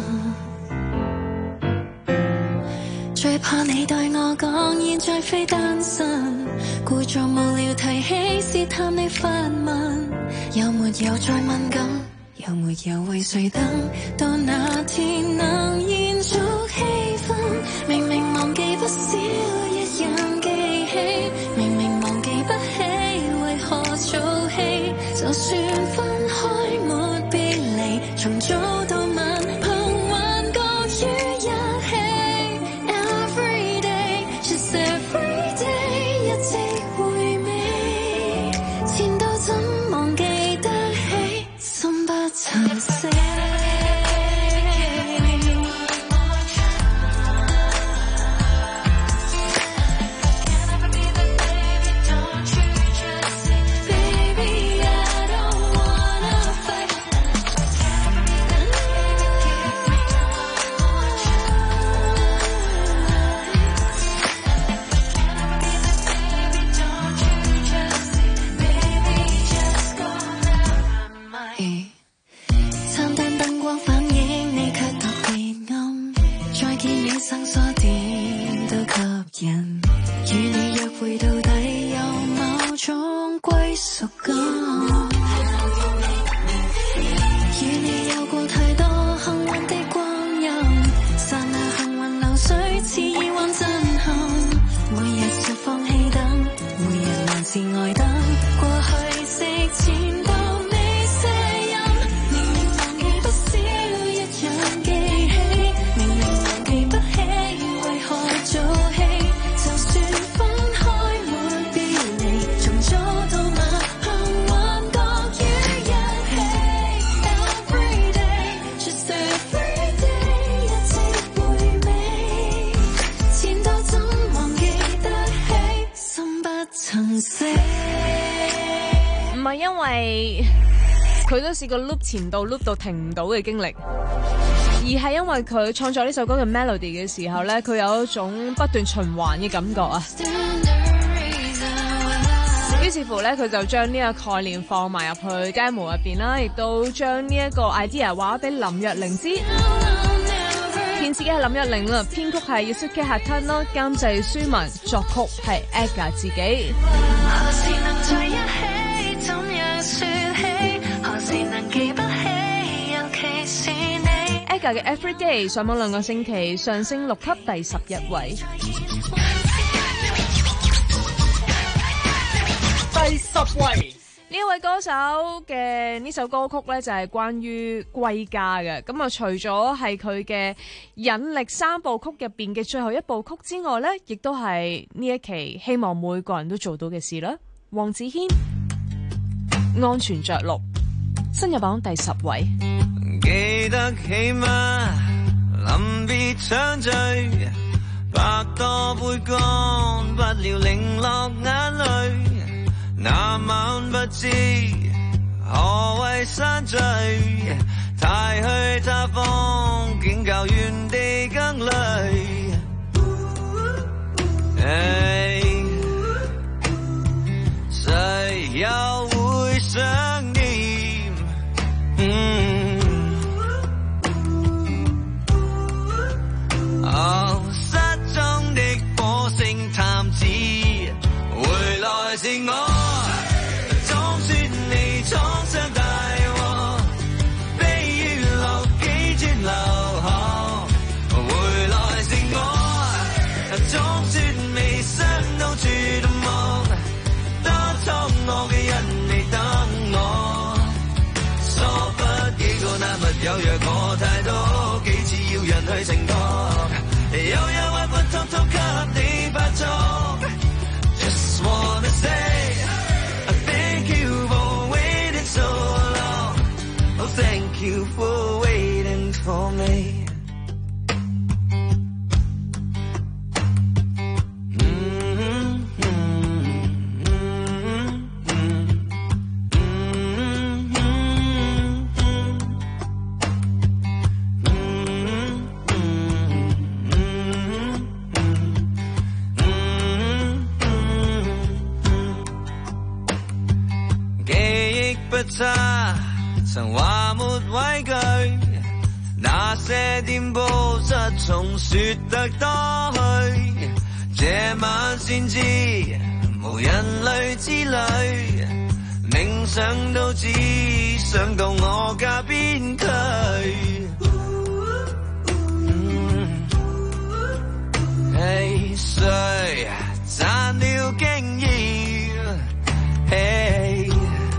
最怕你對我講現在非單身，故作無聊提起試探你發問，有沒有再敏感，有沒有為誰等到那天能延續氣氛。明明忘記不少一樣記起，明明忘記不起為何做戲，就算分開沒別離，從早到晚憑幻覺於一起。 Everyday just everyday 一直回味，前度怎忘記得起，心不曾死。 唔係因為佢都試過 loop 前度 loop 到停唔到嘅經歷，而係因為佢創作呢首歌嘅 melody 嘅時候咧，佢有一種不斷循環嘅感覺啊。於是乎咧，佢就將呢個概念放埋入去 demo 入邊啦，亦都將呢一個 idea 話俾林若寧知。填詞嘅係林若寧啦，編曲係 Yasuke Hatano 咯，監製舒文，作曲係 Edgar 自己。 何時能在一起，怎樣說起，何時能記不起，尤其是你。 Edgar 嘅 Everyday 上網兩個星期，上升六級，第十一位。 第十位。 呢一位歌手嘅呢首歌曲呢，就係關於歸家嘅。咁啊，除咗係佢嘅引力三部曲入邊嘅最後一部曲之外呢，亦都係呢一期希望每個人都做到嘅事啦。黃子軒安全着陸，新入榜第十位。 記得起嗎？臨別相聚， 百多杯乾，不料零落眼淚。那晚不知何謂山聚，太虛他方，竟較原地更累。哎，誰又會想念？嗯，哦，失蹤的火星探子，回來是我。有若我太多，幾次要人去承托，有日鬱鬱痛痛給你發作。Just wanna say thank you for waiting so long. Oh, thank you for waiting for me.曾話沒畏懼，那些顛簸失重說得多去，這晚先知無人類之旅，冥想都只想到我家邊區。係誰賺了經驗？hey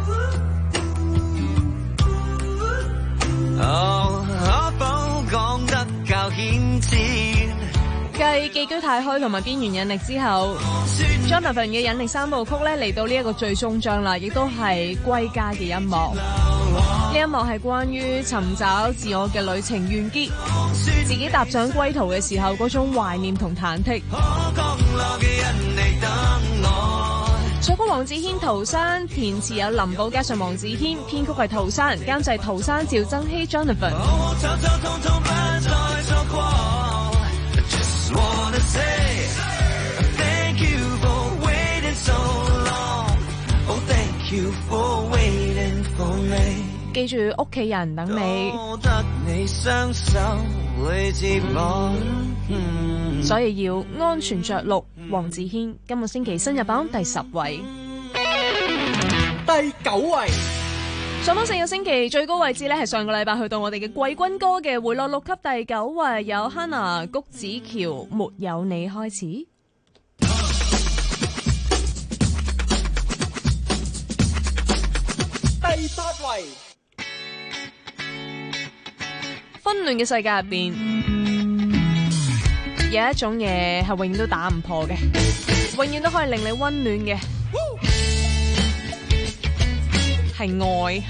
哦，可否講得較顯淺？ 繼寄居太虛同埋邊緣引力之後 ，Jonathan 嘅引力三部曲咧嚟到呢一個最終章啦，亦都係歸家嘅一幕。呢一幕係關於尋找自我嘅旅程完結，自己踏上歸途嘅時候嗰種懷念同忐忑。作曲黃子軒、陶山，填詞有林寶加上黃子軒，編曲係陶山，監製陶山、趙增熹、Jonathan。記住屋企人等你，所以要安全着陸。黃子軒今個星期新日榜第十位， 第九位。 上榜四個星期最高位置呢係上個禮拜去到我哋嘅季軍歌嘅，回落六級第九位有 Hannah 谷子喬沒有你開始。 第八位。 紛亂嘅世界入邊，有一種嘢係永遠都打唔破嘅，永遠都可以令你溫暖嘅，係愛。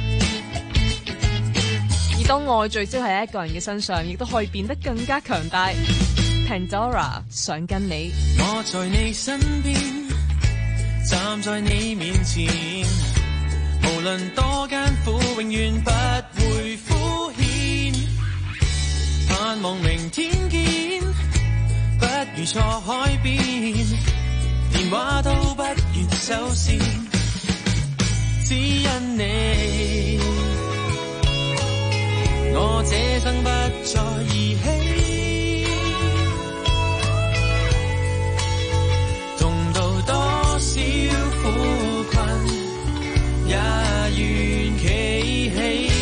而當愛聚焦喺一個人嘅身上，亦都可以變得更加強大。Pandora 想跟你， 我在你身邊，站在你面前，無論多艱苦，永遠不會敷衍。盼望明天見，不如錯海邊，電話都不願收線，只因你，我這生不再兒戲，共度多少苦困，也願企起。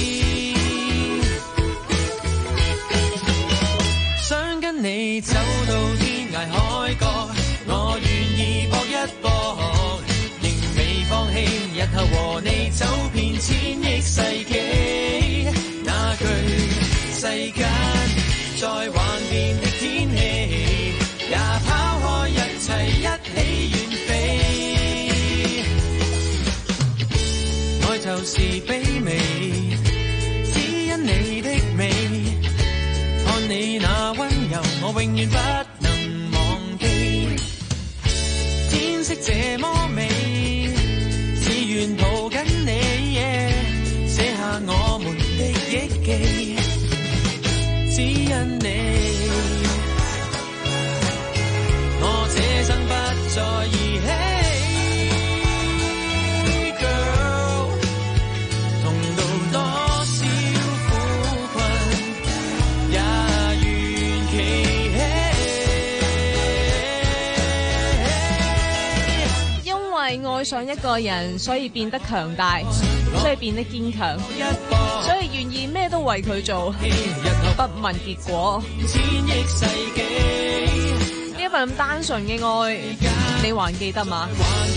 你走到天涯海角，我願意搏一搏，仍未放棄，日後和你走遍千億世紀，那句世間再幻變的天氣，也拋開一切一起遠飛，愛就是卑微，只因你的美，看你那溫柔，我永遠不能忘色這麼美，只願抱緊你，寫下我們的憶記，只因你，我這生不再兒戲。 愛上一個人，所以變得強大，所以變得堅強，所以願意咩都為佢做，不問結果。呢一份咁單純嘅愛，你還記得嗎？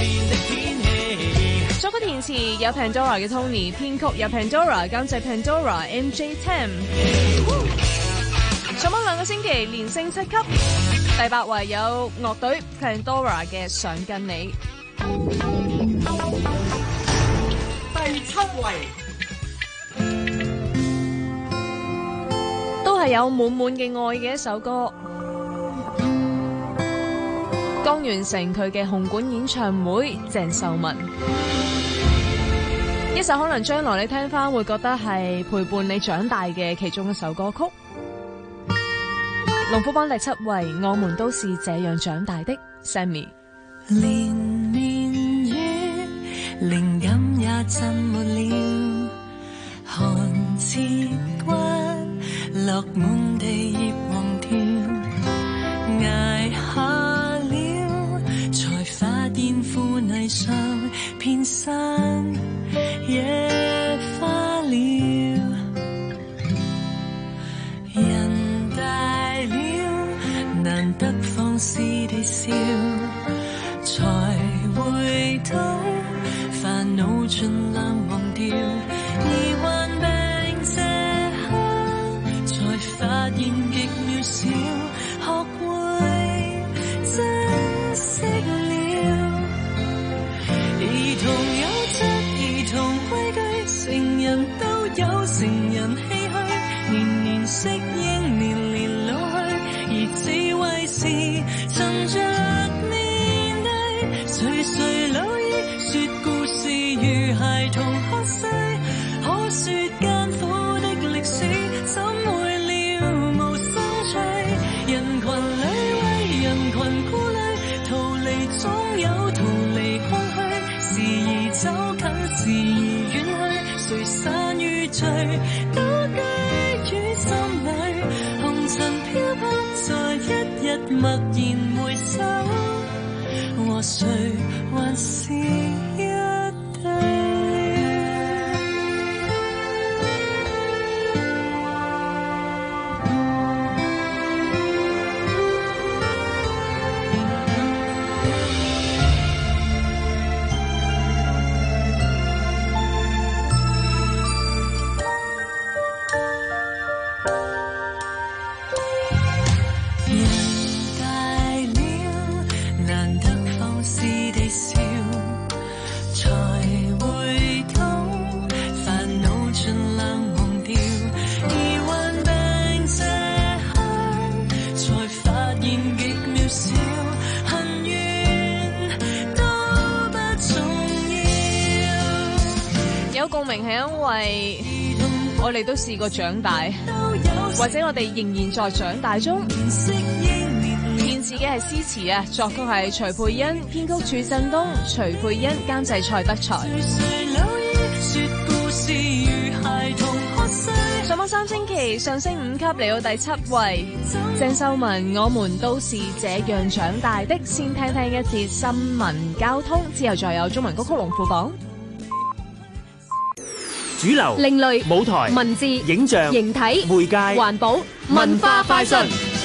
作曲填詞有 Pandora 嘅 Tony， 編曲有 Pandora， 監製 Pandora M J Tam。上榜兩個星期連升七級，第八位有樂隊 Pandora 嘅想跟你。 第七位都係有滿滿嘅愛嘅一首歌，剛完成佢嘅紅館演唱會，鄭秀文一首可能將來你聽翻會覺得係陪伴你長大嘅其中一首歌曲。龍虎榜第七位，我們都是這樣長大的 Sammy。 連綿雨靈感也浸沒了，寒刺骨落滿地葉黃條，捱下了才發現腐泥上遍山野花了，人大了難得放肆地笑，才回到煩惱盡量忘掉，而患病這刻才發現極渺小，學會珍惜了。兒童有責，兒童畏懼，成人都有成人唏噓，年年適應，年年老去，而智慧是趁着垂垂老矣，說故事如孩童喝水，可說艱苦的歷史，怎會了無生趣？人群裏為人群顧慮，逃離總有逃離空虛，時而走近，時而遠去，誰散與聚，都居於心裏，紅塵飄泊在一日默然回首，和誰還是一對？ 共鳴係因為我哋都試過長大，或者我哋仍然在長大中。填詞嘅係詩詞啊，作曲係徐佩欣，編曲處振東，徐佩欣監製蔡德才。上榜三星期上升五級嚟到第七位，鄭秀文我們都是這樣長大的。先聽聽一節新聞交通，之後再有中文歌曲龍虎榜。 主流、 另類、 舞台、 文字、 影像、 形體、 媒介、 環保、文化快訊。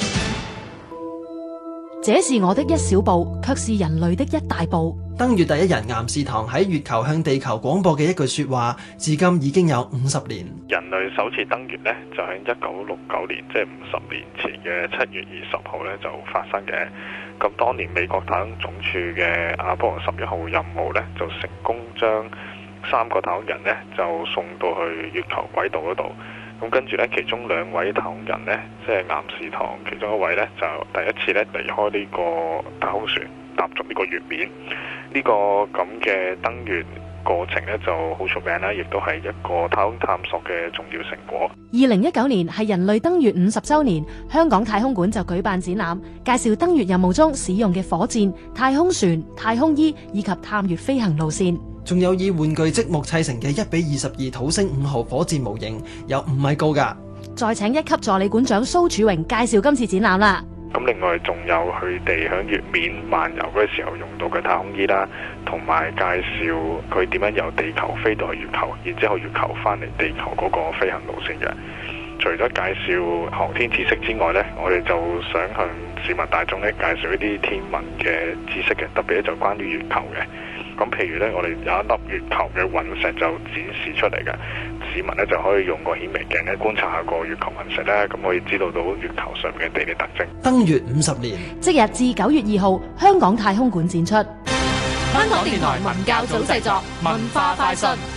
這是我的一小步，卻是人類的一大步。 登月第一人岩士堂喺月球向地球廣播嘅一句說話，至今已經有五十年。 人類首次登月呢，就喺一九六九年，即係五十年前嘅七月二十號呢就發生嘅。咁當年美國太空總署嘅阿波羅十一號任務呢，就成功將三個太空人呢就送到去月球軌道嗰度，咁跟住呢，其中兩位太空人呢，即係岩士堂其中一位呢，就第一次呢離開呢個太空船， 踏足呢個月面。呢個咁嘅登月過程呢就好出名啦，亦都係一個太空探索嘅重要成果。 二零一九年係人類登月五十週年，香港太空館就舉辦展覽，介紹登月任務中使用嘅火箭、太空船、太空衣以及探月飛行路線。 仲有以玩具積木砌成嘅一比二十二土星五號火箭模型，有五米高㗎。 再請一級助理館長蘇柱榮介紹今次展覽啦。 咁另外仲有佢哋喺月面漫遊嗰時候用到嘅太空衣啦，同埋介紹佢點樣由地球飛到去月球，然之後月球翻嚟地球嗰個飛行路線嘅。除咗介紹航天知識之外呢，我哋就想向市民大眾咧介紹一啲天文嘅知識嘅，特別咧就關於月球嘅。咁譬如呢，我哋有一粒月球嘅隕石就展示出嚟嘅，市民呢就可以用個顯微鏡咧觀察下個月球隕石咧，咁可以知道到月球上面嘅地理特徵。 登月五十年， 即日至九月二號，香港太空館展出。 香港電台文教組製作，文化快訊。